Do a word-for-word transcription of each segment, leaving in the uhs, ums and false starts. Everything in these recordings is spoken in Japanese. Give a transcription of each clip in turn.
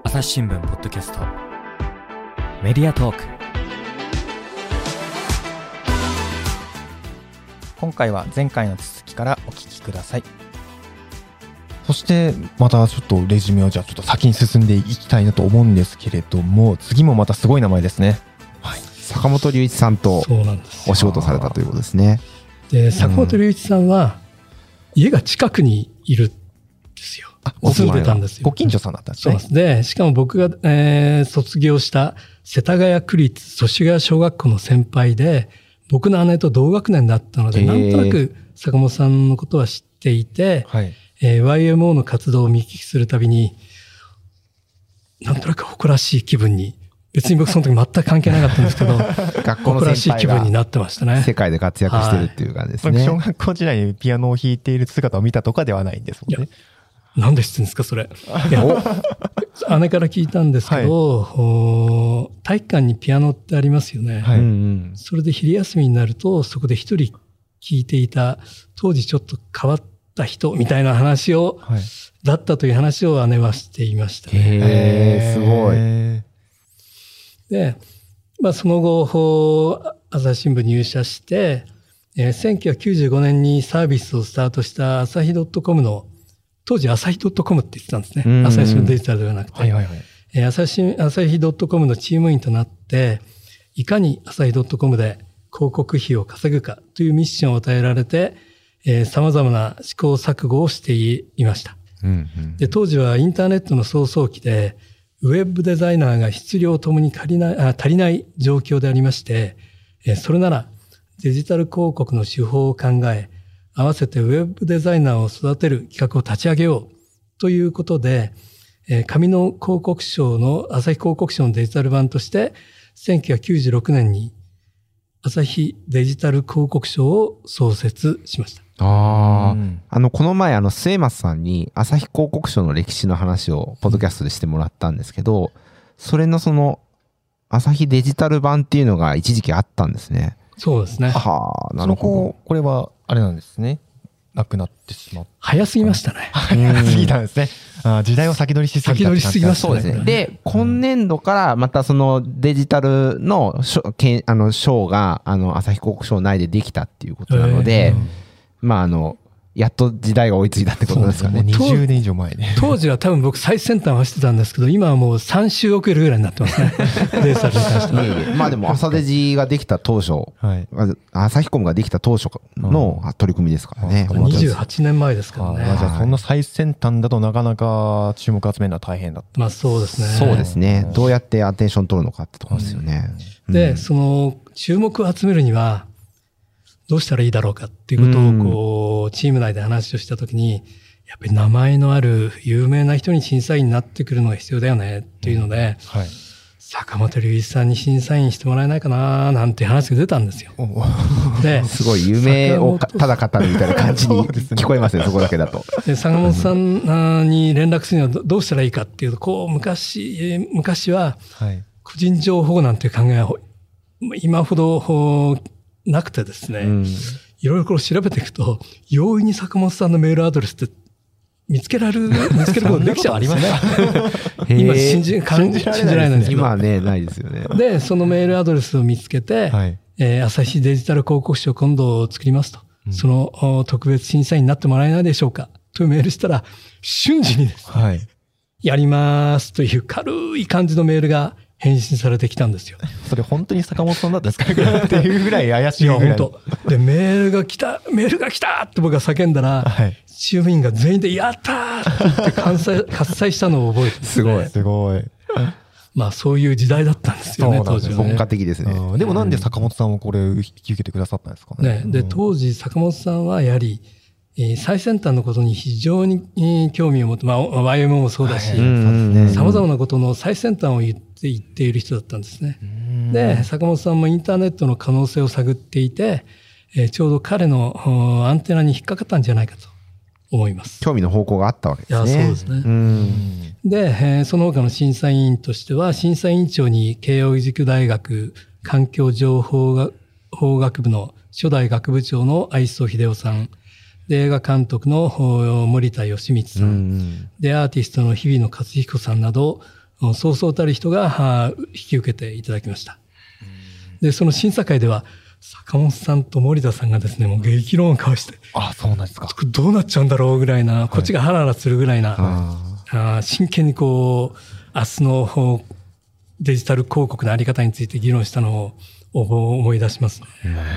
朝日新聞ポッドキャストメディアトーク。今回は前回の続きからお聞きください。 そしてまたちょっとレジュメをじゃあちょっと先に進んでいきたいなと思うんですけれども、次もまたすごい名前ですね。 はい、坂本龍一さんとお仕事されたということですね。 で、坂本龍一さんは家が近くにいるんですよ。住んでたんですよ。 ご近所さんだったんですね。 そうです。で、しかも僕が、えー、卒業した世田谷区立祖師ヶ谷小学校の先輩で、僕の姉と同学年だったので、なんとなく坂本さんのことは知っていて、はい、えー、ワイエムオー の活動を見聞きするたびに、なんとなく誇らしい気分に、別に僕その時全く関係なかったんですけど、 学校の誇らしい気分になってましたね。 世界で活躍してるっていう感じですね。 はい、小学校時代にピアノを弾いている姿を見たとかではないんですもんね。 なんで知ってるんですか、それ。いや姉から聞いたんですけど、はい、体育館にピアノってありますよね。はい、それで昼休みになると、そこで一人聴いていた、当時ちょっと変わった人みたいな話を、はい、だったという話を姉はしていましたね。 へー、すごい。 で、まあ、その後、朝日新聞に入社して、えー、せんきゅうひゃくきゅうじゅうごねんにサービスをスタートした朝日 .com の当時朝日 .com って言ってたんですね。朝日新聞デジタルではなくて。はいはいはい、えー、朝日、朝日 .com のチーム員となって、いかに朝日 .com で広告費を稼ぐかというミッションを与えられて、えー、様々な試行錯誤をしていました、うんうん。で、当時はインターネットの草創期で、ウェブデザイナーが質量ともに足りない、あ、足りない状況でありまして、えー、それならデジタル広告の手法を考え、合わせてウェブデザイナーを育てる企画を立ち上げようということで、えー、紙の広告賞の朝日広告賞のデジタル版としてせんきゅうひゃくきゅうじゅうろくねんに朝日デジタル広告賞を創設しました。 ああ、うん、あのこの前あの末松さんに朝日広告賞の歴史の話をポッドキャストでしてもらったんですけど、それのその朝日デジタル版っていうのが一時期あったんですね。 そうですね。 はあ、なるほど。 これはあれなんですね。なくなってしまった。 早すぎましたね。 早すぎたんですね。あ、時代を先取りしすぎた。 先取りしすぎましたね。 そうですね。で、今年度からまたそのデジタルのけあの賞があの朝日広告賞内でできたっていうことなので、まああのやっと時代が追いついたってことですかね。 にじゅうねん以上前ね。 当時は多分僕最先端を走ってたんですけど、今はもうさん週遅れるぐらいになってますね。デジタルに関しては。 いえいえ、まあでも朝デジができた当初、はい、朝日コムができた当初の取り組みですからね。 にじゅうはちねんまえですからね。 ああ、じゃあそんな最先端だとなかなか注目集めるのは大変だった。 まあそうですね。 そうですね。どうやってアテンション取るのかってところですよね。 うん、で、その注目を集めるには、どうしたらいいだろうかっていうことをこう、チーム内で話をしたときに、やっぱり名前のある有名な人に審査員になってくるのが必要だよねっていうので、はい、坂本龍一さんに審査員してもらえないかななんて話が出たんですよ。 で、すごい夢をただ語るみたいな感じに聞こえますね、そこだけだと。 で、坂本さんに連絡するにはどうしたらいいかっていうと、こう昔、昔は個人情報なんていう考えは今ほどなくてですね、うん、いろいろこれ調べていくと、容易に坂本さんのメールアドレスって見つけられる、見つけることできちゃうんですよね。今信じ、信じられないんですけど。 今はね、ないですよね。 で、そのメールアドレスを見つけて、はい、えー、朝日デジタル広告賞今度作りますと、うん、その特別審査員になってもらえないでしょうかというメールしたら、瞬時にですね、はい、やりますという軽い感じのメールが返信されてきたんですよ。 それ本当に坂本さんだったんですかっていうぐらい怪しいぐらい。いや、本当。で、メールが来た、メールが来たって僕が叫んだら、はい、チーム員が全員でやったーって言って喝采、喝采したのを覚えてるんですね。 すごい。すごい。 まあそういう時代だったんですよね、当時はね。 本格的ですね。 でもなんで坂本さんもこれを引き受けてくださったんですかね。 ね、で、当時坂本さんはやはり、えー、最先端のことに非常に、えー、興味を持って、まあ ワイエムオー もそうだし、様々なことの最先端を言って言っている人だったんですね。で、坂本さんもインターネットの可能性を探っていて、えー、ちょうど彼のアンテナに引っかかったんじゃないかと思います。 興味の方向があったわけですね。 いや、そうですね。うんで、えー、その他の審査委員としては、審査委員長に慶應義塾大学環境情報法学部の初代学部長の愛想秀夫さん、で映画監督の森田義満さん、うんうん、でアーティストの日比野勝彦さんなどそうそうたる人が引き受けていただきました。で、その審査会では、坂本さんと森田さんがですね、もう激論を交わして、 あ、そうなんですか。 どうなっちゃうんだろうぐらいな、こっちがハラハラするぐらいな、 ああ真剣にこう、明日のデジタル広告のあり方について議論したのを思い出しますね。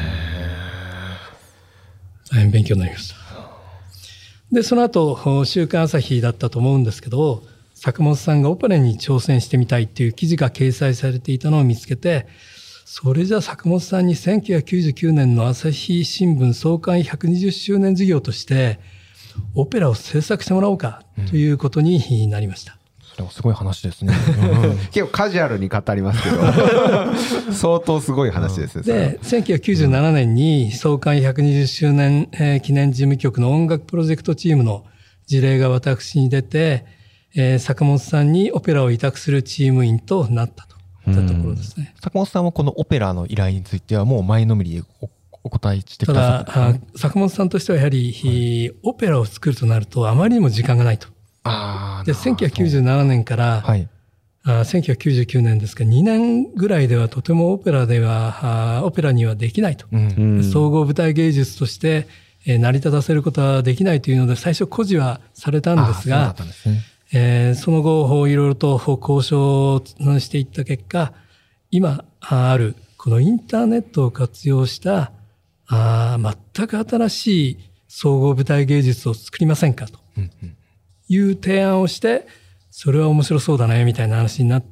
大変勉強になりました。で、その後、週刊朝日だったと思うんですけど、坂本さんがオペラに挑戦してみたいっていう記事が掲載されていたのを見つけて、それじゃあ坂本さんにせんきゅうひゃくきゅうじゅうきゅうねんの朝日新聞創刊ひゃくにじゅっしゅうねん事業としてオペラを制作してもらおうかということになりました。 うん、それはすごい話ですね。 結構カジュアルに語りますけど相当すごい話ですね。 で、せんきゅうひゃくきゅうじゅうななねんに創刊ひゃくにじゅっしゅうねん記念事務局の音楽プロジェクトチームの事例が私に出て、えー、坂本さんにオペラを委託するチーム員となったといったところですね。 坂本さんはこのオペラの依頼についてはもう前のめりで お, お答えしてくださった。 ただ、坂本さんとしてはやはり、はい、オペラを作るとなるとあまりにも時間がないと。 あで、せんきゅうひゃくきゅうじゅうななねんから、はい、あせんきゅうひゃくきゅうじゅうきゅうねんですが、にねんぐらいではとてもオペラでは、オペラにはできないと。うん、総合舞台芸術として、えー、成り立たせることはできないというので、最初固辞はされたんですが、そうだったんですね。えー、その後、いろいろと交渉していった結果、今あるこのインターネットを活用したあ全く新しい総合舞台芸術を作りませんかという提案をして、それは面白そうだねみたいな話になって、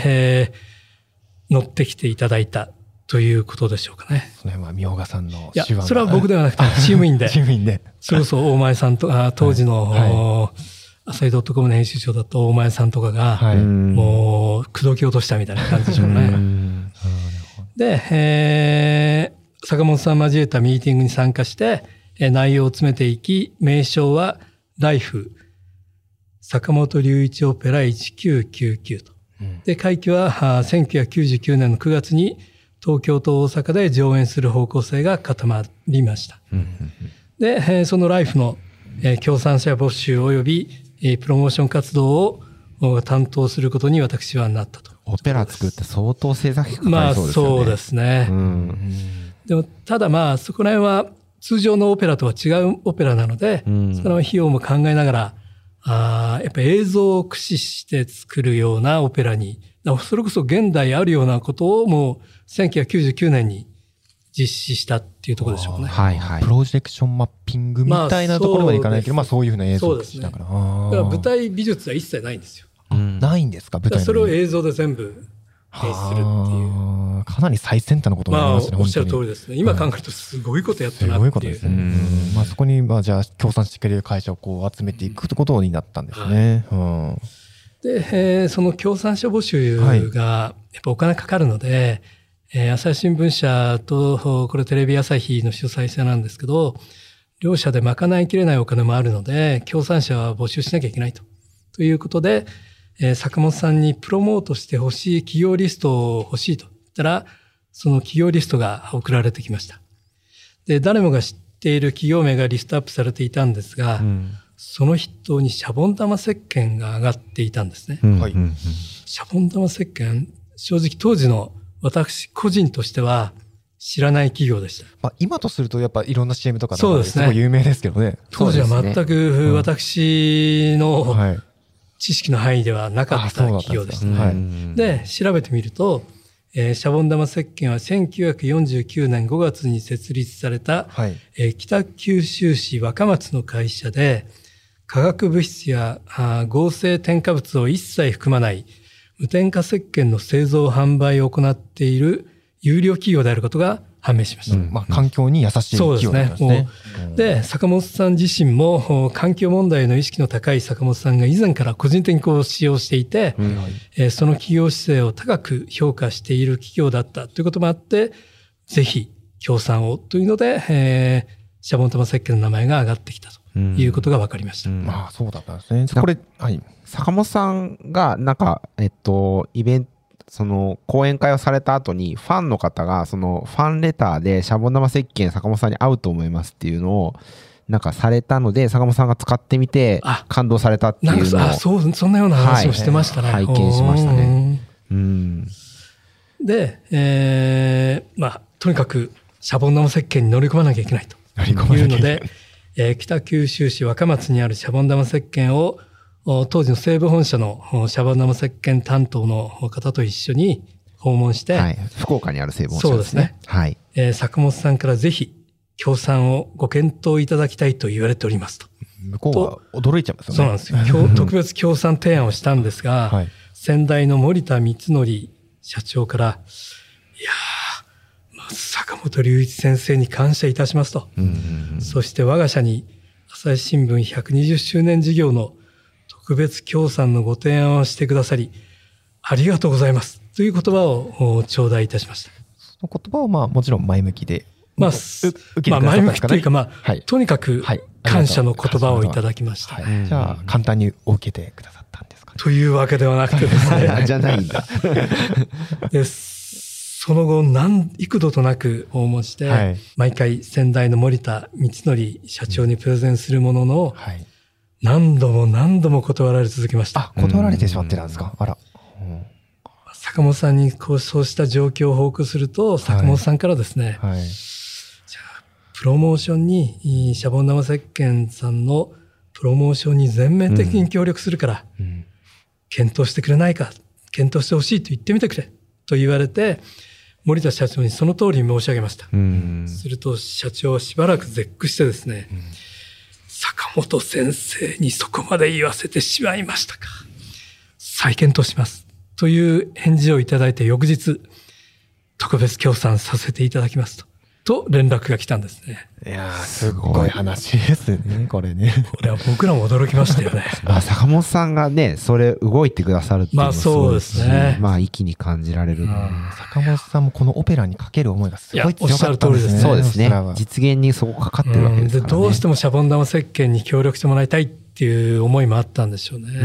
えー、乗ってきていただいたということでしょうかね。 その辺は宮岡さんの手腕が。いや、それは僕ではなくてチーム員で。 チーム員で。 それこそ大前さんとあ当時の、はいはい、朝日 .com の編集長だと大前さんとかが、はい、もう口説き落としたみたいな感じでしょうね。で、えー、坂本さん交えたミーティングに参加して、えー、内容を詰めていき、名称はライフ坂本隆一オペラせんきゅうひゃくきゅうじゅうきゅうと。うん、で、会期はせんきゅうひゃくきゅうじゅうきゅうねんのくがつに東京と大阪で上演する方向性が固まりました。うん、で、えー、そのライフの、えー、協賛者募集及びプロモーション活動を担当することに私はなったと。 オペラ作って相当制作費かかりそうですよね。 まあそうですね。うん、でもただまあそこら辺は通常のオペラとは違うオペラなので、うん、その費用も考えながら、あやっぱり映像を駆使して作るようなオペラに、それこそ現代あるようなことをもうせんきゅうひゃくきゅうじゅうきゅうねんに実施したっていうところでしょうね。 はいはい。プロジェクションマッピングみたいなところまでいかないけど、まあそういうふうな映像をしながら。 だから舞台美術は一切ないんですよ。 うん、ないんですか、舞台の。 それを映像で全部演出するっていう。 かなり最先端のことになりますね。 まあおっしゃる通りですね。今考えるとすごいことやったなっていう。すごいことですね。 うんまあそこにまあじゃあ協賛してくれる会社をこう集めていくってことになったんですね。はいうん、 で、えー、その協賛者募集がやっぱお金かかるので。えー、朝日新聞社と、これテレビ朝日の主催者なんですけど、両社で賄いきれないお金もあるので、協賛者は募集しなきゃいけないと。ということで、えー、坂本さんにプロモートしてほしい企業リストを欲しいと言ったら、その企業リストが送られてきました。で、誰もが知っている企業名がリストアップされていたんですが、うん、その筆頭にシャボン玉石鹸が上がっていたんですね。うんはい、シャボン玉石鹸、正直当時の私個人としては知らない企業でした。 まあ、今とするとやっぱいろんな シーエム とかそうですね。すごい有名ですけどね。 当時は全く私の知識の範囲ではなかった企業でした。で、調べてみると、えー、シャボン玉石鹸はせんきゅうひゃくよんじゅうきゅうねんごがつに設立された、はいえー、北九州市若松の会社で、化学物質や合成添加物を一切含まない無添加石鹸の製造販売を行っている優良企業であることが判明しました。うんまあ、環境に優しい企業なんですね。そうですね。 で、坂本さん自身も環境問題の意識の高い坂本さんが以前から個人的にこう使用していて、うんえー、その企業姿勢を高く評価している企業だったということもあって、ぜひ協賛をというので、えー、シャボン玉石鹸の名前が上がってきたということが分かりました。 うんうん、まあそうだったんですね。これ、はい。 坂本さんがなんか、えっと、イベント、その講演会をされた後にファンの方がそのファンレターでシャボン玉石鹸坂本さんに合うと思いますっていうのをなんかされたので、坂本さんが使ってみてあ感動されたってなんいうのをかあそうそんなような話をしてましたね。 はい拝見しましたね。うん。 で、えー、まあとにかくシャボン玉石鹸に乗り込まなきゃいけないというので、えー、北九州市若松にあるシャボン玉石鹸を当時の西部本社のシャボン玉石鹸担当の方と一緒に訪問して、 はい、福岡にある西部本社ですね。 そうですね。 はい。 えー、坂本さんからぜひ協賛をご検討いただきたいと言われておりますと。 向こうは驚いちゃいますよね。 そうなんですよ。特別協賛提案をしたんですが、はい、先代の森田光則社長から、いやー、まず坂本隆一先生に感謝いたしますと。うんうんうん、そして我が社に朝日新聞ひゃくにじゅっしゅうねん事業の特別協賛のご提案をしてくださり、ありがとうございます。という言葉を頂戴いたしました。 その言葉はまあもちろん前向きで。 まあ、まあ、前向きというか、まあ、はい、とにかく感謝の言葉をいただきました。 はい、じゃあ、簡単にお受けてくださったんですかね。 というわけではなくてですね。 じゃないんだ。 で、その後、何、幾度となく訪問して、はい、毎回先代の森田光則社長にプレゼンするものの、はい、何度も何度も断られ続けました。 あ、断られてしまってたんですか。あら。 うん坂本さんにこうそうした状況を報告すると、坂本さんからですね、はいはい、じゃあプロモーションに、シャボン玉石鹸さんのプロモーションに全面的に協力するから、うん、検討してくれないか、検討してほしいと言ってみてくれと言われて、森田社長にその通り申し上げました。うん、すると社長はしばらく絶句してですね、うん、坂本先生にそこまで言わせてしまいましたか。再検討します。という返事をいただいて翌日、特別協賛させていただきますと。と連絡が来たんですね。 いやー、すごい話ですね、これね。 これは僕らも驚きましたよね。 まあ、坂本さんがね、それ動いてくださるっていうのはすごいですね。まあそうですね。まあ、意気に感じられる。 坂本さんもこのオペラにかける思いがすごい強かったんですね。 そうですね。実現にそこかかってるわけですからね。 でどうしてもシャボン玉石鹸に協力してもらいたいっていう思いもあったんでしょうね。うん。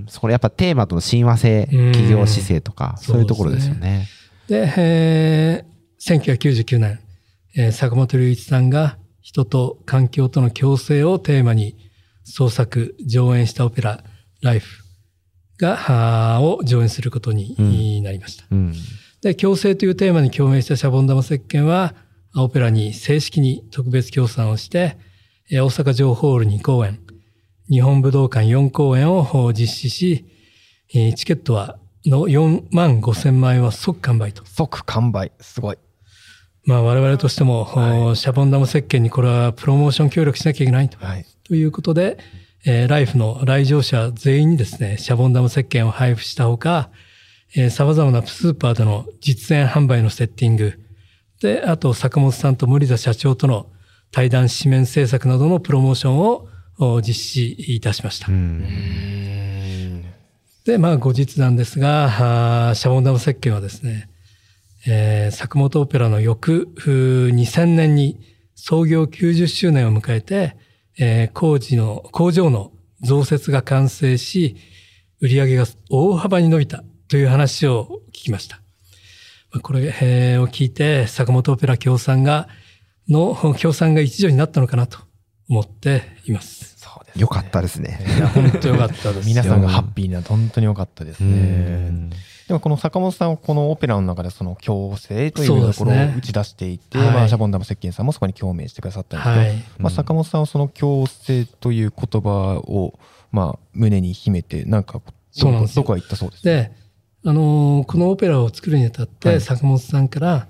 そこやっぱテーマとの親和性、企業姿勢とか、そういうところですよね。 で、えー、せんきゅうひゃくきゅうじゅうきゅうねん、えー、坂本龍一さんが人と環境との共生をテーマに創作、上演したオペラ、ライフが、を上演することになりました。うんうん、で、共生というテーマに共鳴したシャボン玉石鹸は、オペラに正式に特別協賛をして、大阪城ホールに公演、日本武道館よん公演を実施し、チケットはのよんまんごせんまいは即完売と。 即完売。すごい。 まあ我々としても、はい、シャボン玉石鹸にこれはプロモーション協力しなきゃいけないと。はい、ということで、えー、ライフの来場者全員にですね、シャボン玉石鹸を配布したほか、えー、様々なスーパーでの実演販売のセッティング。で、あと坂本さんと森田社長との対談紙面制作などのプロモーションを実施いたしました。うんで、まあ後日なんですが、シャボン玉石鹸はですね、えー、坂本オペラの翌にせんねんに創業きゅうじゅっしゅうねんを迎えて、えー、工事の、工場の増設が完成し、売り上げが大幅に伸びたという話を聞きました。これを聞いて、坂本オペラ協賛が、の協賛が一助になったのかなと思っています。 そうですね。よかったですね。 いや、本当よかったです。 皆さんがハッピーな、本当によかったですね。でもこの坂本さんはこのオペラの中でその共生というところを打ち出していて、ねはい、まあシャボン玉石鹸さんもそこに共鳴してくださったんですけど、はい、まあ坂本さんはその共生という言葉をまあ胸に秘めてなんかどこどこは言ったそうです。 で、あのー、このオペラを作るにあたって坂本さんから、はい、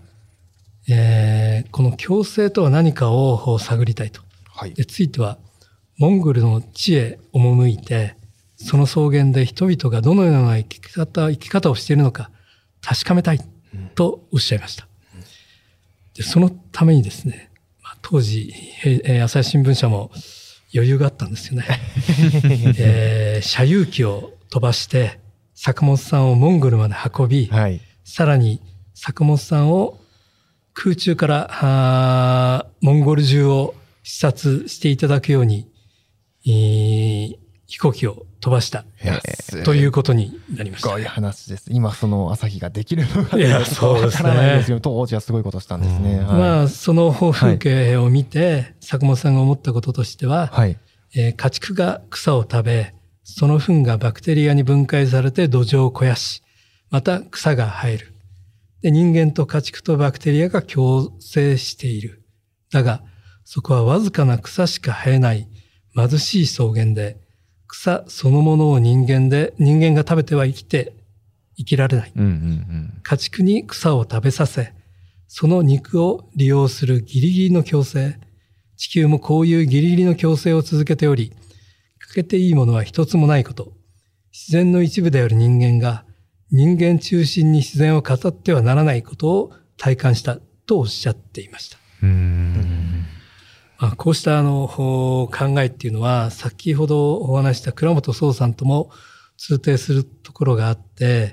えー、この共生とは何かを探りたいと。はい、でついてはモンゴルの地へ赴いて。その草原で人々がどのような生き方、生き方をしているのか確かめたいとおっしゃいました。でそのためにですね、まあ、当時、えー、朝日新聞社も余裕があったんですよね。えー、車遊機を飛ばして坂本さんをモンゴルまで運び、はい、さらに坂本さんを空中からモンゴル中を視察していただくように、えー飛行機を飛ばしたということになりました。 すごい話です。今その朝日ができるのがいやそうですね。わからないですけど、 当時はすごいことしたんですね。 はい、まあその風景を見て、はい、坂本さんが思ったこととしては、はい、えー、家畜が草を食べ、その糞がバクテリアに分解されて土壌を肥やし、また草が生える。で、人間と家畜とバクテリアが共生している。だが、そこはわずかな草しか生えない貧しい草原で、草そのものを人間で、人間が食べては生きて、生きられない。うんうんうん、家畜に草を食べさせ、その肉を利用するギリギリの共生。地球もこういうギリギリの共生を続けており、欠けていいものは一つもないこと。自然の一部である人間が、人間中心に自然を語ってはならないことを体感したとおっしゃっていました。うーん、まあ、こうしたあの考えっていうのは、先ほどお話した倉本壮さんとも通底するところがあって、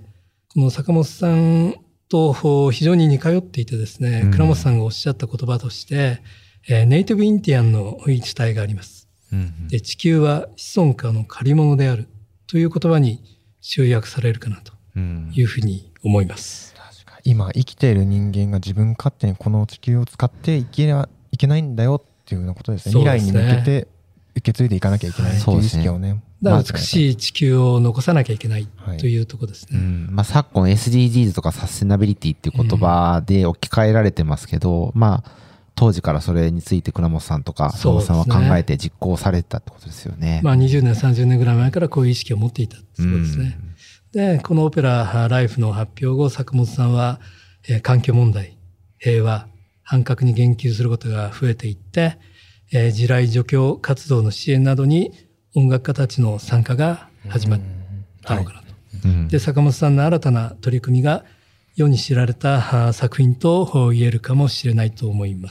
この坂本さんと非常に似通っていてですね、倉本さんがおっしゃった言葉として、えー、ネイティブインディアンの言い伝えがあります。うんうん、で、地球は子孫家の借り物であるという言葉に集約されるかなというふうに思います。 うん、確かに今生きている人間が自分勝手にこの地球を使っていけないけないんだよっていうようなことですね。未来に向けて受け継いでいかなきゃいけないという意識をね。 だから美しい地球を残さなきゃいけないというところですね。 はい、うん、まあ、昨今 エスディージーズ とかサステナビリティっていう言葉で置き換えられてますけど、うん、まあ当時からそれについて倉本さんとか坂本さんは考えて実行されてたってことですよね。 まあにじゅうねんさんじゅうねんぐらい前からこういう意識を持っていたそうですね。うん、でこのオペラライフの発表後、坂本さんは、えー、環境問題、平和、反核に言及することが増えていって、えー、地雷除去活動の支援などに音楽家たちの参加が始まったのかなと。うん、はい、で坂本さんの新たな取り組みが世に知られた作品と言えるかもしれないと思います。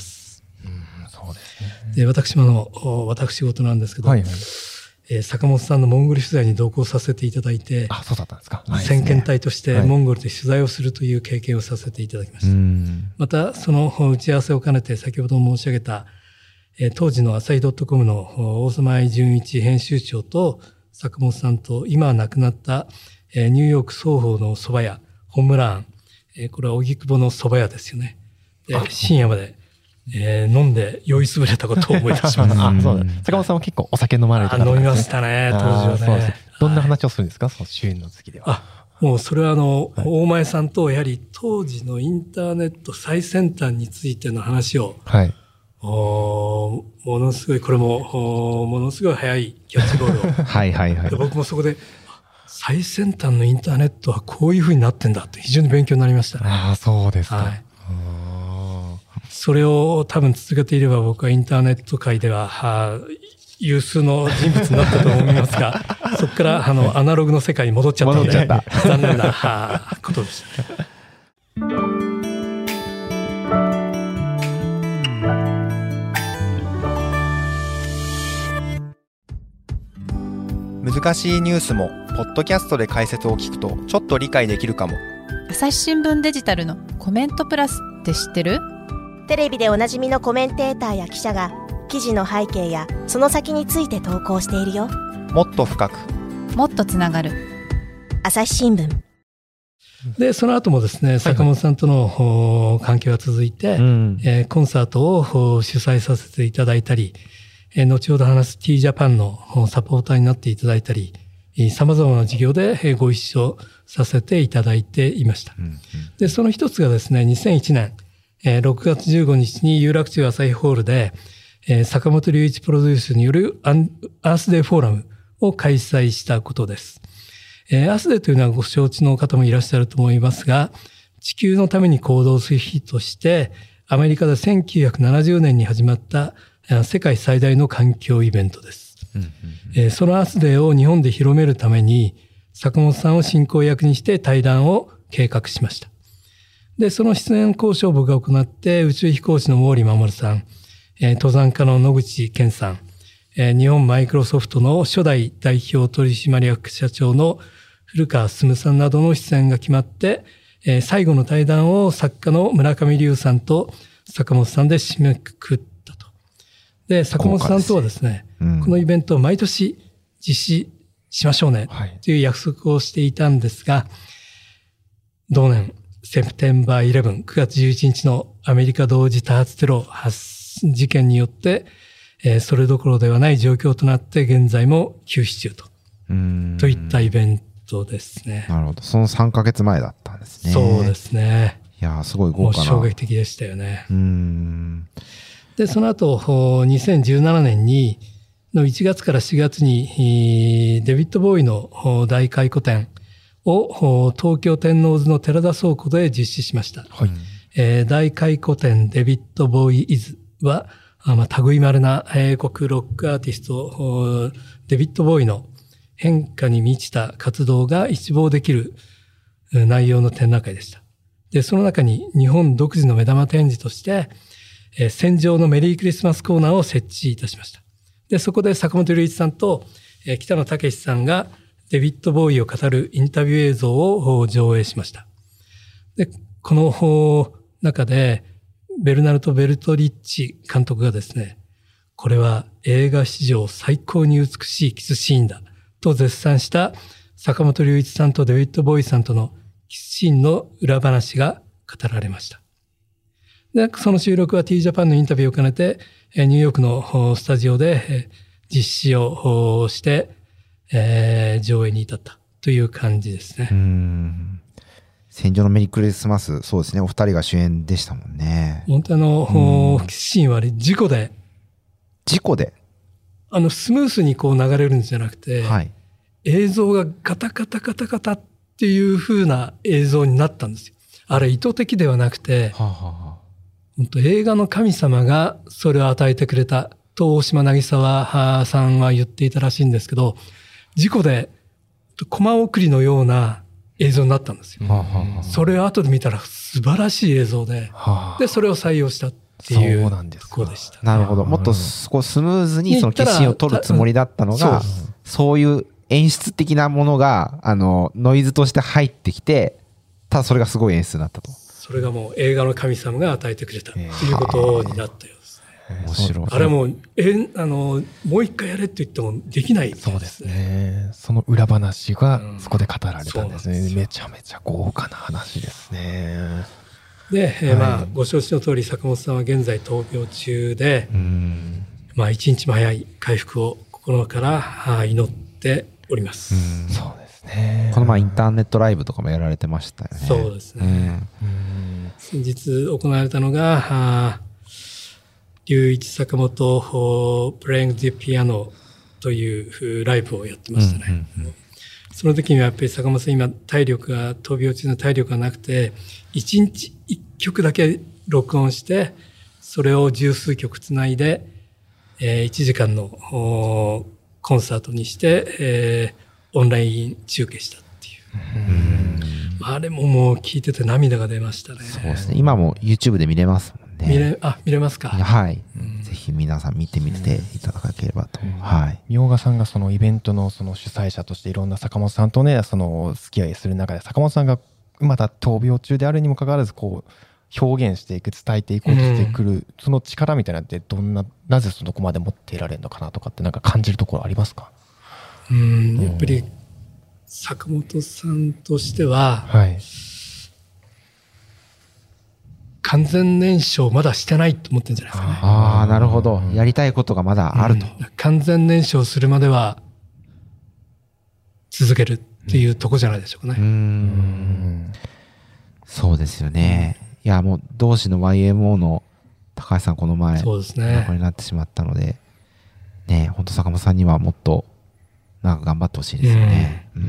うん、そうですね。で私もの私事なんですけど、はいはい、えー、坂本さんのモンゴル取材に同行させていただいて、 あ、そうだったんですか。 先遣隊としてモンゴルで取材をするという経験をさせていただきました。はい、またその打ち合わせを兼ねて先ほど申し上げた、えー、当時の朝日 .com の大沢井純一編集長と坂本さんと今は亡くなった、えー、ニューヨーク双方の蕎麦屋ホームラン、えー、これは荻窪の蕎麦屋ですよね。で深夜まで、えー、飲んで酔いつぶれたことを思い出します。 あ、そうだ。坂本さんは結構お酒飲まれてたんですね。 飲みましたね、当時はね。 どんな話をするんですか、その主演の次では。 あ、もうそれはあの、はい、大前さんとやはり当時のインターネット最先端についての話を、はい、おものすごい、これもものすごい速いキャッチボールをはいはい、はい、で僕もそこで最先端のインターネットはこういうふうになってんだって非常に勉強になりましたね。 ああ、そうですか。はい、 それを多分続けていれば僕はインターネット界では、は有数の人物になったと思いますが、そこからあのアナログの世界に戻っちゃったので残念なことでした。 難しいニュースもポッドキャストで解説を聞くとちょっと理解できるかも。 朝日新聞デジタルのコメントプラスって知ってる？ テレビでおなじみのコメンテーターや記者が記事の背景やその先について投稿しているよ。 もっと深く、 もっとつながる朝日新聞で、その後もですね、坂本さんとの関係は続いて、うん、えー、コンサートを主催させていただいたり、えー、後ほど話す T ジャパンのサポーターになっていただいたり、様々な事業でご一緒させていただいていました。うんうん、で、その一つがですね、にせんいちねんろくがつじゅうごにちに有楽町朝日ホールで、坂本龍一プロデュースによるアースデーフォーラムを開催したことです。アースデーというのはご承知の方もいらっしゃると思いますが、地球のために行動する日として、アメリカでせんきゅうひゃくななじゅうねんに始まった世界最大の環境イベントです。うんうんうん、そのアースデーを日本で広めるために、坂本さんを進行役にして対談を計画しました。で、その出演交渉を僕が行って、宇宙飛行士の毛利守さん、登山家の野口健さん、日本マイクロソフトの初代代表取締役社長の古川進さんなどの出演が決まって、最後の対談を作家の村上龍さんと坂本さんで締めくくったと。で、坂本さんとはですね、うん、このイベントを毎年実施しましょうねという約束をしていたんですが、同年セプテンバーイレブン、くがつじゅういちにちのアメリカ同時多発テロ発事件によって、えー、それどころではない状況となって現在も休止中と。うーんといったイベントですね。 なるほど。そのさんかげつまえだったんですね。 そうですね。 いやー、すごい豪華な。 もう衝撃的でしたよね。 うーんで、その後、にせんじゅうななねんに、のいちがつからしがつに、デビッド・ボーイの大回顧展を東京天王洲の寺田倉庫で実施しました。はいえー、大回顧展デビッド・ボーイ・イズは、まあ、類まれな英国ロックアーティスト、デビッド・ボーイの変化に満ちた活動が一望できる内容の展覧会でした。で、その中に日本独自の目玉展示として、えー、戦場のメリークリスマスコーナーを設置いたしました。で、そこで坂本龍一さんと、えー、北野武さんがデビッド・ボーイを語るインタビュー映像を上映しました。で、この中で、ベルナルド・ベルトリッチ監督がですね、これは映画史上最高に美しいキスシーンだと絶賛した坂本龍一さんとデビッド・ボーイさんとのキスシーンの裏話が語られました。で、その収録は T ジャパンのインタビューを兼ねて、ニューヨークのスタジオで実施をして、えー、上映に至ったという感じですね。 うーん戦場のメリークリスマス、そうですね、お二人が主演でしたもんね。 本当あの、キスシーンは事故で。 事故であの、スムースにこう流れるんじゃなくて、はい、映像がガタガタガタガタっていう風な映像になったんですよ。あれ意図的ではなくて、はあはあ、本当映画の神様がそれを与えてくれたと大島渚さんは言っていたらしいんですけど、事故でコマ送りのような映像になったんですよ。はあはあ、それを後で見たら素晴らしい映像で、はあ、でそれを採用したっていうところでした。 なるほど。もっとこうスムーズにその決心を取るつもりだったのが、そういう演出的なものがあのノイズとして入ってきて、ただそれがすごい演出になったと。 それがもう映画の神様が与えてくれたということになったようですね。 面白い。 あれはもうえあのもう一回やれって言ってもできないですね。 そうですね。その裏話がそこで語られたんですね。うん、めちゃめちゃ豪華な話ですね。 で、えー、まあご承知の通り坂本さんは現在闘病中で、うんまあ一日も早い回復を心から祈っております。 うんそうですね。 この前インターネットライブとかもやられてましたよね。 そうですね。うん、先日行われたのが龍一坂本プレイング・ディ・ピアノというライブをやってましたね。うんうんうん、その時にはやっぱり坂本さん今体力が闘病中の体力がなくて一日一曲だけ録音してそれを十数曲つないで、えー、いちじかんのコンサートにして、えーオンライン中継したっていう。うんあれももう聞いてて涙が出ましたね。 そうですね。今も YouTube で見れますもんね。 見れ、あ、見れますか。 はい。ぜひ皆さん見てみていただければと。はい。 みょうがさんがそのイベントのその主催者としていろんな坂本さんとね、その付き合いする中で坂本さんがまだ闘病中であるにもかかわらずこう表現していく、伝えていこうとしてくる、うん、その力みたいなのってどんな、なぜそこまで持っていられるのかなとかってなんか感じるところありますか？ うんやっぱり坂本さんとしては、はい、完全燃焼まだしてないと思ってるんじゃないですかね。 ああなるほど。やりたいことがまだあると。うん、 完全燃焼するまでは続けるっていうとこじゃないでしょうかね。うんうんそうですよね。いやもう同志の ワイエムオー の高橋さんこの前そうですね横になってしまったので、ね本当坂本さんにはもっとなんか頑張ってほしいですよね。 うんうん、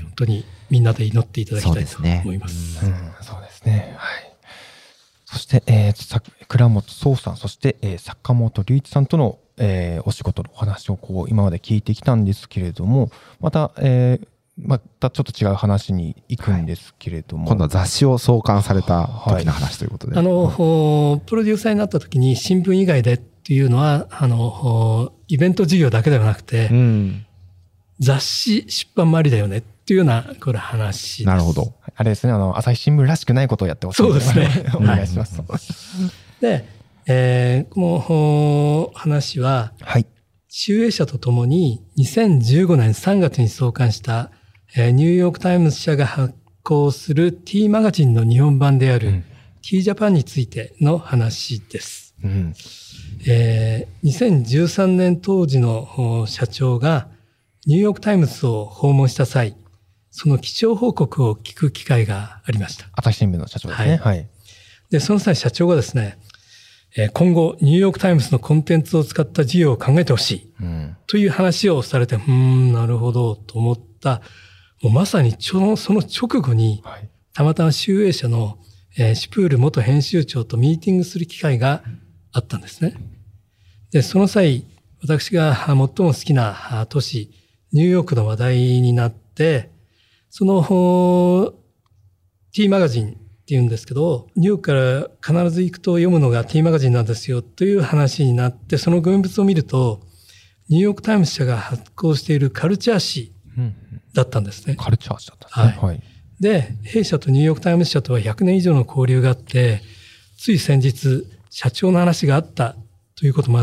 本当にみんなで祈っていただきたいと思います。 そうですね。うん、そうですね。はい。そして、えー、倉本壮さん、そして、えー、坂本龍一さんとの、えー、お仕事のお話をこう今まで聞いてきたんですけれども、また、えー、またちょっと違う話に行くんですけれども、はい、 今度は雑誌を創刊された時の話ということで、 はい、あのプロデューサーになった時に新聞以外でっていうのはあのイベント事業だけではなくて、うん雑誌出版もありだよねっていうようなこれ話です。 なるほど。 あれですね、あの朝日新聞らしくないことをやってほしい。 そうですね。 お願いします。 で、えー、この話は、はい集英社とともににせんじゅうごねんさんがつに創刊した、えー、ニューヨークタイムズ社が発行する T マガジンの日本版である、うん、T ジャパンについての話です。うんえー、にせんじゅうさんねん当時の社長がニューヨークタイムズを訪問した際、その基調報告を聞く機会がありました。 朝日新聞の社長ですね。はい。はい、 で、その際社長がですね、今後ニューヨークタイムズのコンテンツを使った事業を考えてほしい、うん、という話をされて、うーん、なるほどと思った、もうまさにちょその直後に、はい、たまたま集英社の、えー、シュプール元編集長とミーティングする機会があったんですね。で、その際、私が最も好きな都市、ニューヨークの話題になって、その T マガジンっていうんですけど、ニューヨークから必ず行くと読むのが T マガジンなんですよという話になって、その現物を見ると、ニューヨークタイムズ社が発行しているカルチャー誌だったんですね。 うん、カルチャー誌だったんですね。はい。はい、 で、弊社とニューヨークタイムズ社とはひゃくねん以上の交流があって、つい先日、社長の話があったということもあって、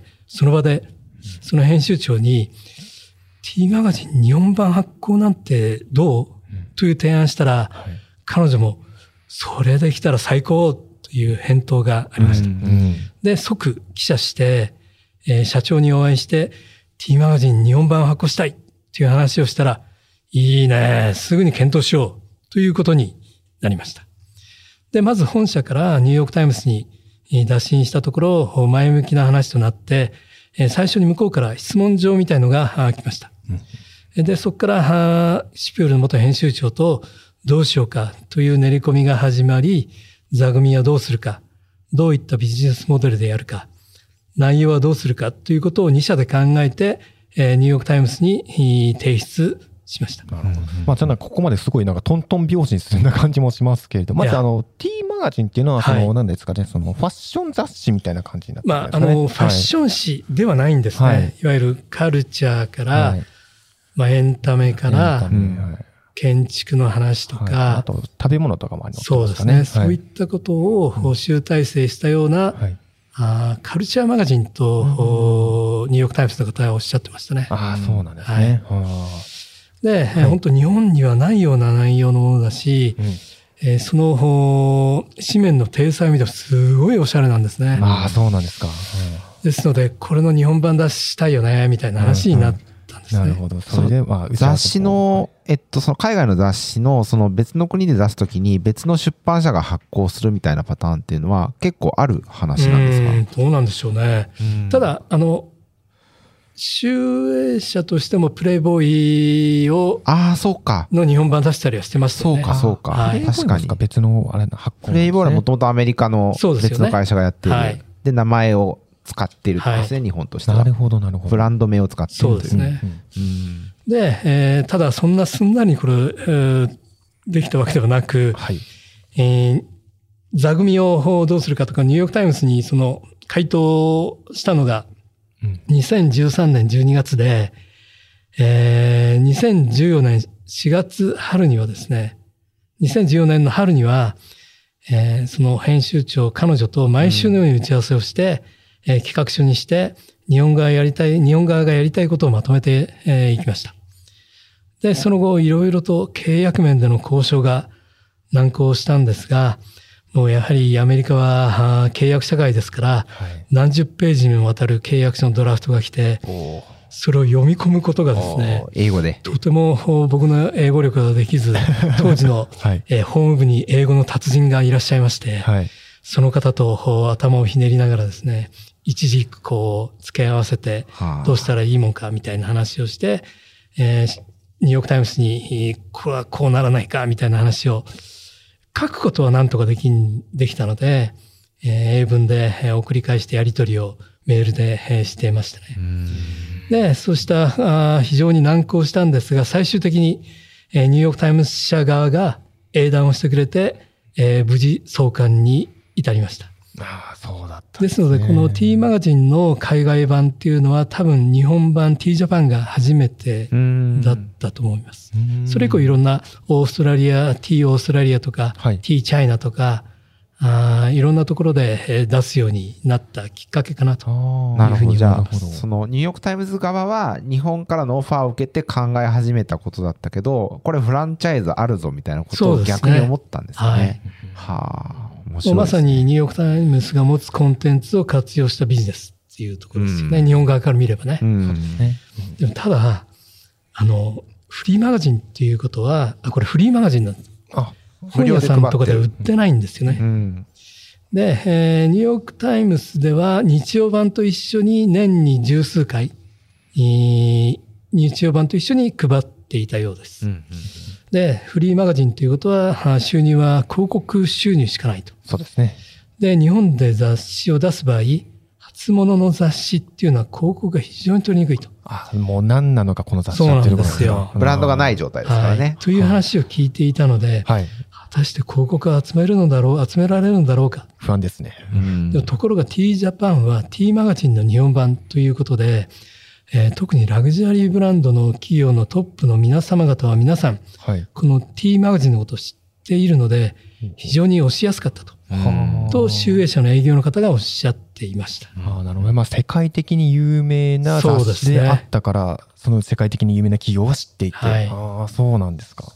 その場で、その編集長に、T マガジン日本版発行なんてどう、うん、という提案したら、はい、彼女も、それできたら最高という返答がありました。うんうん、で、即記者して、えー、社長にお会いして、T マガジン日本版を発行したいという話をしたら、いいね、すぐに検討しようということになりました。で、まず本社からニューヨークタイムズに打診したところ、前向きな話となって、最初に向こうから質問状みたいのが来ました。うん、で、そこからシュピュールの元編集長とどうしようかという練り込みが始まり、座組はどうするか、どういったビジネスモデルでやるか、内容はどうするかということをに社で考えて、ニューヨークタイムズに提出しました。 なるほど。まあ、じゃあここまですごいなんかトントン拍子に進んだ感じもしますけれど、まずあの T マガジンっていうのはその何ですかね、そのファッション雑誌みたいな感じになってますね。 まあ、あのファッション誌ではないんですね。はい、いわゆるカルチャーから、はい、まあエンタメから、建築の話とか、はい、 あと食べ物とかもありますね。 そうですね。はい、そういったことを集大成したような、はい、あカルチャーマガジンと、うん、ニューヨークタイムズの方はおっしゃってましたね。 ああ、そうなんですね。はい、 で、はい、本当日本にはないような内容のものだし、うんえー、その紙面の体裁を見てもすごいおしゃれなんですね。 ああ、そうなんですか。うん、 ですので、これの日本版出したいよね、みたいな話になったんですね。うんうん、なるほど。 それで、まあ、雑誌の、えっと、その海外の雑誌の、その別の国で出すときに別の出版社が発行するみたいなパターンっていうのは結構ある話なんですか？ うん、どうなんでしょうね。うん、ただ、あの、集英社としてもプレイボーイをああそうかの日本版出したりはしてますよね。 そうかそうか、はい、確かに別のあれ発行、 ね、プレイボーイはもともとアメリカの別の会社がやってる で,、ねはい、で名前を使ってるんですね、はい、日本としては。 なるほどなるほど。 ブランド名を使ってるそうですね。うんうん、で、えー、ただそんなすんなりこれ、えー、できたわけではなく、はいえー、座組をどうするかとかニューヨークタイムズにその回答したのがにせんじゅうさんねんじゅうにがつで、えー、にせんじゅうよねんしがつ春にはですね、にせんじゅうよねんの春には、えー、その編集長、彼女と毎週のように打ち合わせをして、うんえー、企画書にして、日本側やりたい、日本側がやりたいことをまとめて、えー、いきました。で、その後、いろいろと契約面での交渉が難航したんですが、もうやはりアメリカは契約社会ですから、はい、何十ページにもわたる契約書のドラフトが来て、それを読み込むことがですね、 英語でとても僕の英語力ができず、当時の、はいえー、法務部に英語の達人がいらっしゃいまして、はい、その方と頭をひねりながらですね、一時こう付け合わせてどうしたらいいもんかみたいな話をして、えー、ニューヨークタイムズにこれはこうならないかみたいな話を書くことは何とかできん、できたので、えー、英文で送り返してやり取りをメールでしていましたね。で、そうしたあ非常に難航したんですが、最終的に、えー、ニューヨークタイムズ社側が英断をしてくれて、えー、無事送還に至りました。 ああ、そうだったんですね。 ですので、この T マガジンの海外版っていうのは多分日本版 T ジャパンが初めてだったと思います。それ以降いろんなオーストラリア、T オーストラリアとか、はい、T チャイナとか、 あいろんなところで出すようになったきっかけかなというふうに思います。 なるほど。じゃあそのニューヨークタイムズ側は日本からのオファーを受けて考え始めたことだったけど、これフランチャイズあるぞみたいなことを逆に思ったんですね。はい。はあ、面白いですね。 まさにニューヨークタイムズが持つコンテンツを活用したビジネスっていうところですよね。うん、日本側から見ればね。うん、でもただ、あの、フリーマガジンっていうことは、あ、これフリーマガジンなんです。あ、本屋さんとかでは売ってないんですよね。うん、で、えー、ニューヨークタイムズでは日曜版と一緒に年に十数回、えー、日曜版と一緒に配っていたようです。うんうん、で、フリーマガジンということは、収入は広告収入しかないと。 そうですね。 で、日本で雑誌を出す場合、初物の雑誌っていうのは広告が非常に取りにくいと。 あ、もう何なのかこの雑誌そうなんですよ。 ブランドがない状態ですからね。 はい、という話を聞いていたので、はい、果たして広告を集めるのだろう、集められるのだろうか。 不安ですね。 うん、でもところが T ジャパンは T マガジンの日本版ということで、えー、特にラグジュアリーブランドの企業のトップの皆様方は皆さん、はい、この T マガジンのことを知っているので、非常に押しやすかったと。と、集英社の営業の方がおっしゃっていました。 ああ、なるほど。まあ、世界的に有名な雑誌であったから、その世界的に有名な企業を知っていて、はい、ああ、そうなんですか。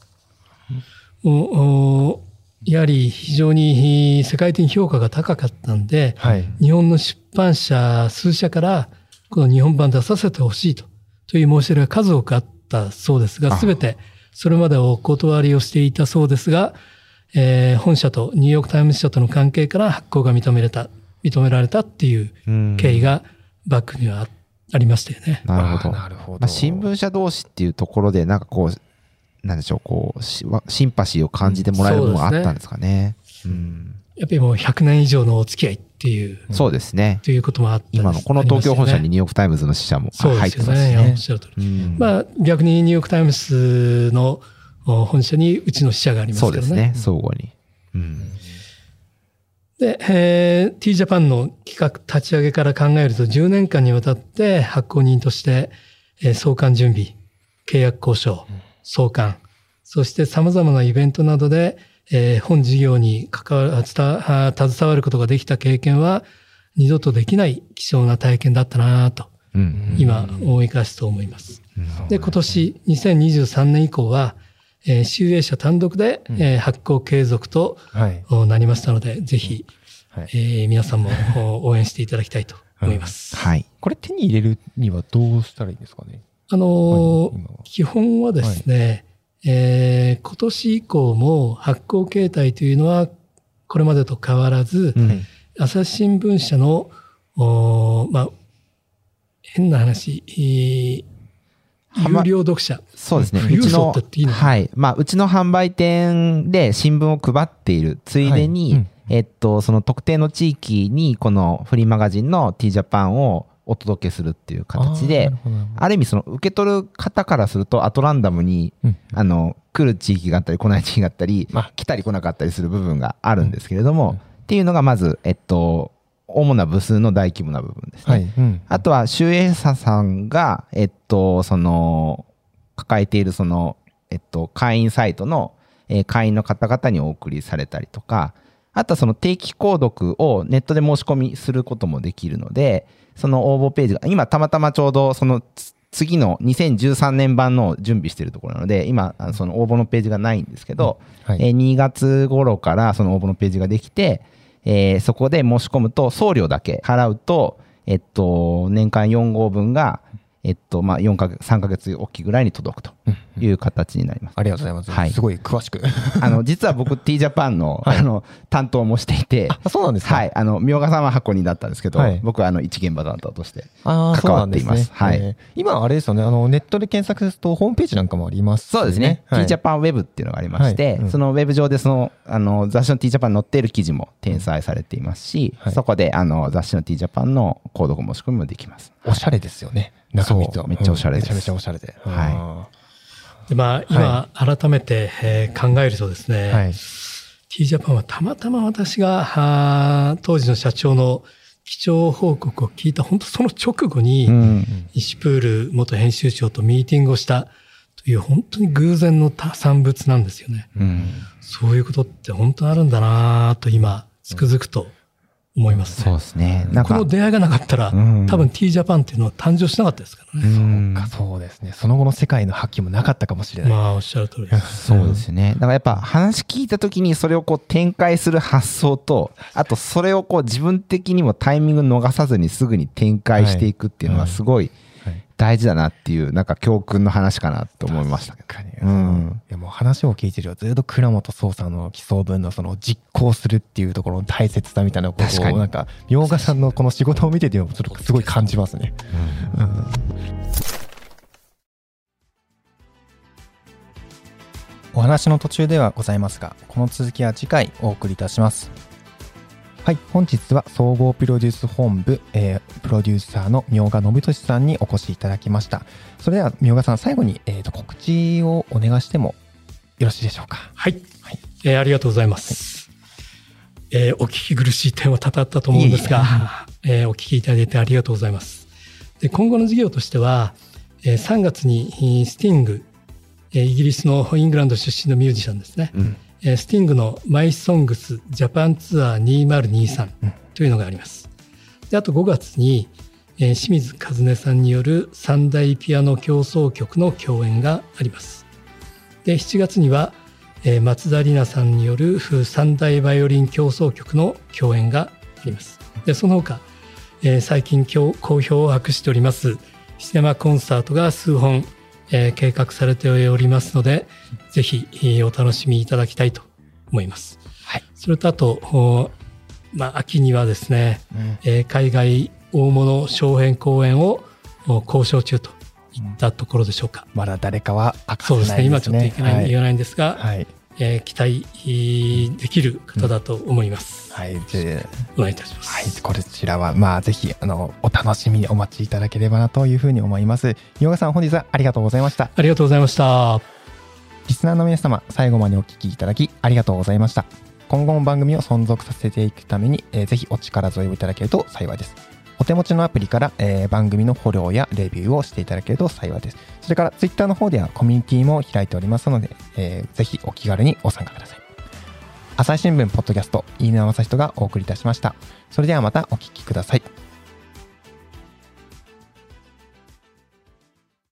おやはり非常に世界的に評価が高かったんで、はい、日本の出版社数社からこの日本版出させてほしいと、という申し入れが数多くあったそうですが、すべてそれまでお断りをしていたそうですが、えー、本社とニューヨークタイムズ社との関係から発行が認められた、認められたっていう経緯がバックには あ, ありましたよね。 なるほど。なるほど。まあ、新聞社同士っていうところでなんかこう、なんでしょう、こう、シンパシーを感じてもらえるものがあったんですかね。うん、うん、 やっぱりもうひゃくねん以上のお付き合いっていう。 そうですね。 ということもあった、ね。 今のこの東京本社にニューヨークタイムズの支社も入ってますしね。そうですよね。おっしゃる通り。うん、 まあ逆にニューヨークタイムズの本社にうちの支社がありますからね。 そうですね。相互に。うん、 で、えー、T ジャパンの企画立ち上げから考えるとじゅうねんかんにわたって発行人として、えー、創刊準備、契約交渉、創刊、そして様々なイベントなどで、えー、本事業に関わる、携わることができた経験は二度とできない貴重な体験だったなと、うん、今思い返すと思います。うん、で、今年にせんにじゅうさんねん以降は、えー、集英社単独で、うんえー、発行継続と、はい、なりましたので、ぜひ、はいえー、皆さんも応援していただきたいと思います。 うん、はい。これ手に入れるにはどうしたらいいんですかね。 あのー、基本はですね、はいえー、今年以降も発行形態というのはこれまでと変わらず、うん、朝日新聞社の、まあ、変な話、有料読者。 そうですね。うちの、はい。まあ、うちの販売店で新聞を配っているついでに、はいうん、えっと、その特定の地域にこのフリーマガジンの T ジャパンをお届けするっていう形で、あ, ある意味その受け取る方からするとアトランダムに、うん、あの、来る地域があったり来ない地域があったり、まあ、来たり来なかったりする部分があるんですけれども、うん、っていうのがまず、えっと、主な部数の大規模な部分ですね。はいうん、あとは、集英社さんが、えっと、その、抱えているその、えっと、会員サイトの、えー、会員の方々にお送りされたりとか、あとはその定期購読をネットで申し込みすることもできるので、その応募ページが、今たまたまちょうどその次のにせんじゅうさんねん版の準備しているところなので、今、その応募のページがないんですけど、うんはいえー、にがつ頃からその応募のページができて、えー、そこで申し込むと送料だけ払うと、えっと、年間よん号分が、えっと、まあ、よんかげつ、さんかげつおきぐらいに届くという形になります。 ありがとうございます。はい。すごい詳しく。 あの、実は僕 T ジャパンの、はい、あの、担当もしていて。 あ、そうなんですか。 はい。あの、明賀さんは箱にだったんですけど、はい、僕はあの、一現場担当として関わっています。すね、はい、えー。 今あれですよね、あの、ネットで検索するとホームページなんかもあります、 ね。そうですね。はい、T ジャパンウェブっていうのがありまして、はいうん、そのウェブ上でその、あの、雑誌の T ジャパンに載っている記事も転載されていますし、はい、そこであの、雑誌の T ジャパンの購読申し込みもできます。 おしゃれですよね。中身とめっちゃおしゃれです、 うん、めちゃめちゃおしゃれで。 はい。 でまあ、今、改めて、えー、考えるとですね、はい、T ジャパンはたまたま私が当時の社長の基調報告を聞いた本当その直後に、うん、石プール元編集長とミーティングをしたという本当に偶然の産物なんですよね、うん。そういうことって本当あるんだなと今つくづくと思いますね。 そうですね。なんかこの出会いがなかったら、うん、多分 T ジャパンっていうのは誕生しなかったですからね。 そうか、そうですね。その後の世界の発揮もなかったかもしれない。 まあ、おっしゃる通りです。 そうですね。だからやっぱ話聞いた時にそれをこう展開する発想と、あとそれをこう自分的にもタイミング逃さずにすぐに展開していくっていうのはすごい大事だなっていう、なんか教訓の話かなと思いましたけど。 確かに。うん。いやもう話を聞いてるよ。ずっと倉本壮さんの基礎文のその実行するっていうところの大切さみたいなことを、なんか、明賀さんのこの仕事を見ててもちょっとすごい感じますね。うんうん、お話の途中ではございますが、この続きは次回お送りいたします。はい、本日は総合プロデュース本部、えー、プロデューサーの明賀信俊さんにお越しいただきました。それでは明賀さん、最後に、えー、と告知をお願いしてもよろしいでしょうか。 はい、はい、えー、ありがとうございます。はい、えー、お聞き苦しい点は多々あったと思うんですが、いいえー、お聞きいただいてありがとうございます。で、今後の事業としては、えー、さんがつにスティング、えー、イギリスのイングランド出身のミュージシャンですね。うん、スティングのマイソングスジャパンツアーにせんにじゅうさんというのがあります。で、あとごがつに、えー、清水和音さんによる三大ピアノ協奏曲の共演があります。で、しちがつには、えー、松田里奈さんによる三大バイオリン協奏曲の共演があります。で、その他、えー、最近好評を博しておりますシネマコンサートが数本えー、計画されておりますので、ぜひ、えー、お楽しみいただきたいと思います。はい。それとあと、まあ、秋にはですね、うんえー、海外大物小編公演を交渉中といったところでしょうか。 まだ誰かは明かせないですね。そうですね。今ちょっといけない、 はい、 言えないんですが、はいえー、期待できる方だと思います。 うん、はい。で、 お願いいたします。 はい。こちらは、まあ、ぜひ、あの、お楽しみにお待ちいただければなというふうに思います。明賀さん、本日はありがとうございました。 ありがとうございました。 リスナーの皆様、最後までお聞きいただきありがとうございました。今後も番組を存続させていくために、えー、ぜひお力添えをいただけると幸いです。お手持ちのアプリから、えー、番組のフォローやレビューをしていただけると幸いです。それからツイッターの方ではコミュニティも開いておりますので、えー、ぜひお気軽にご参加ください。朝日新聞ポッドキャスト飯沼正人がお送りいたしました。それではまたお聞きください。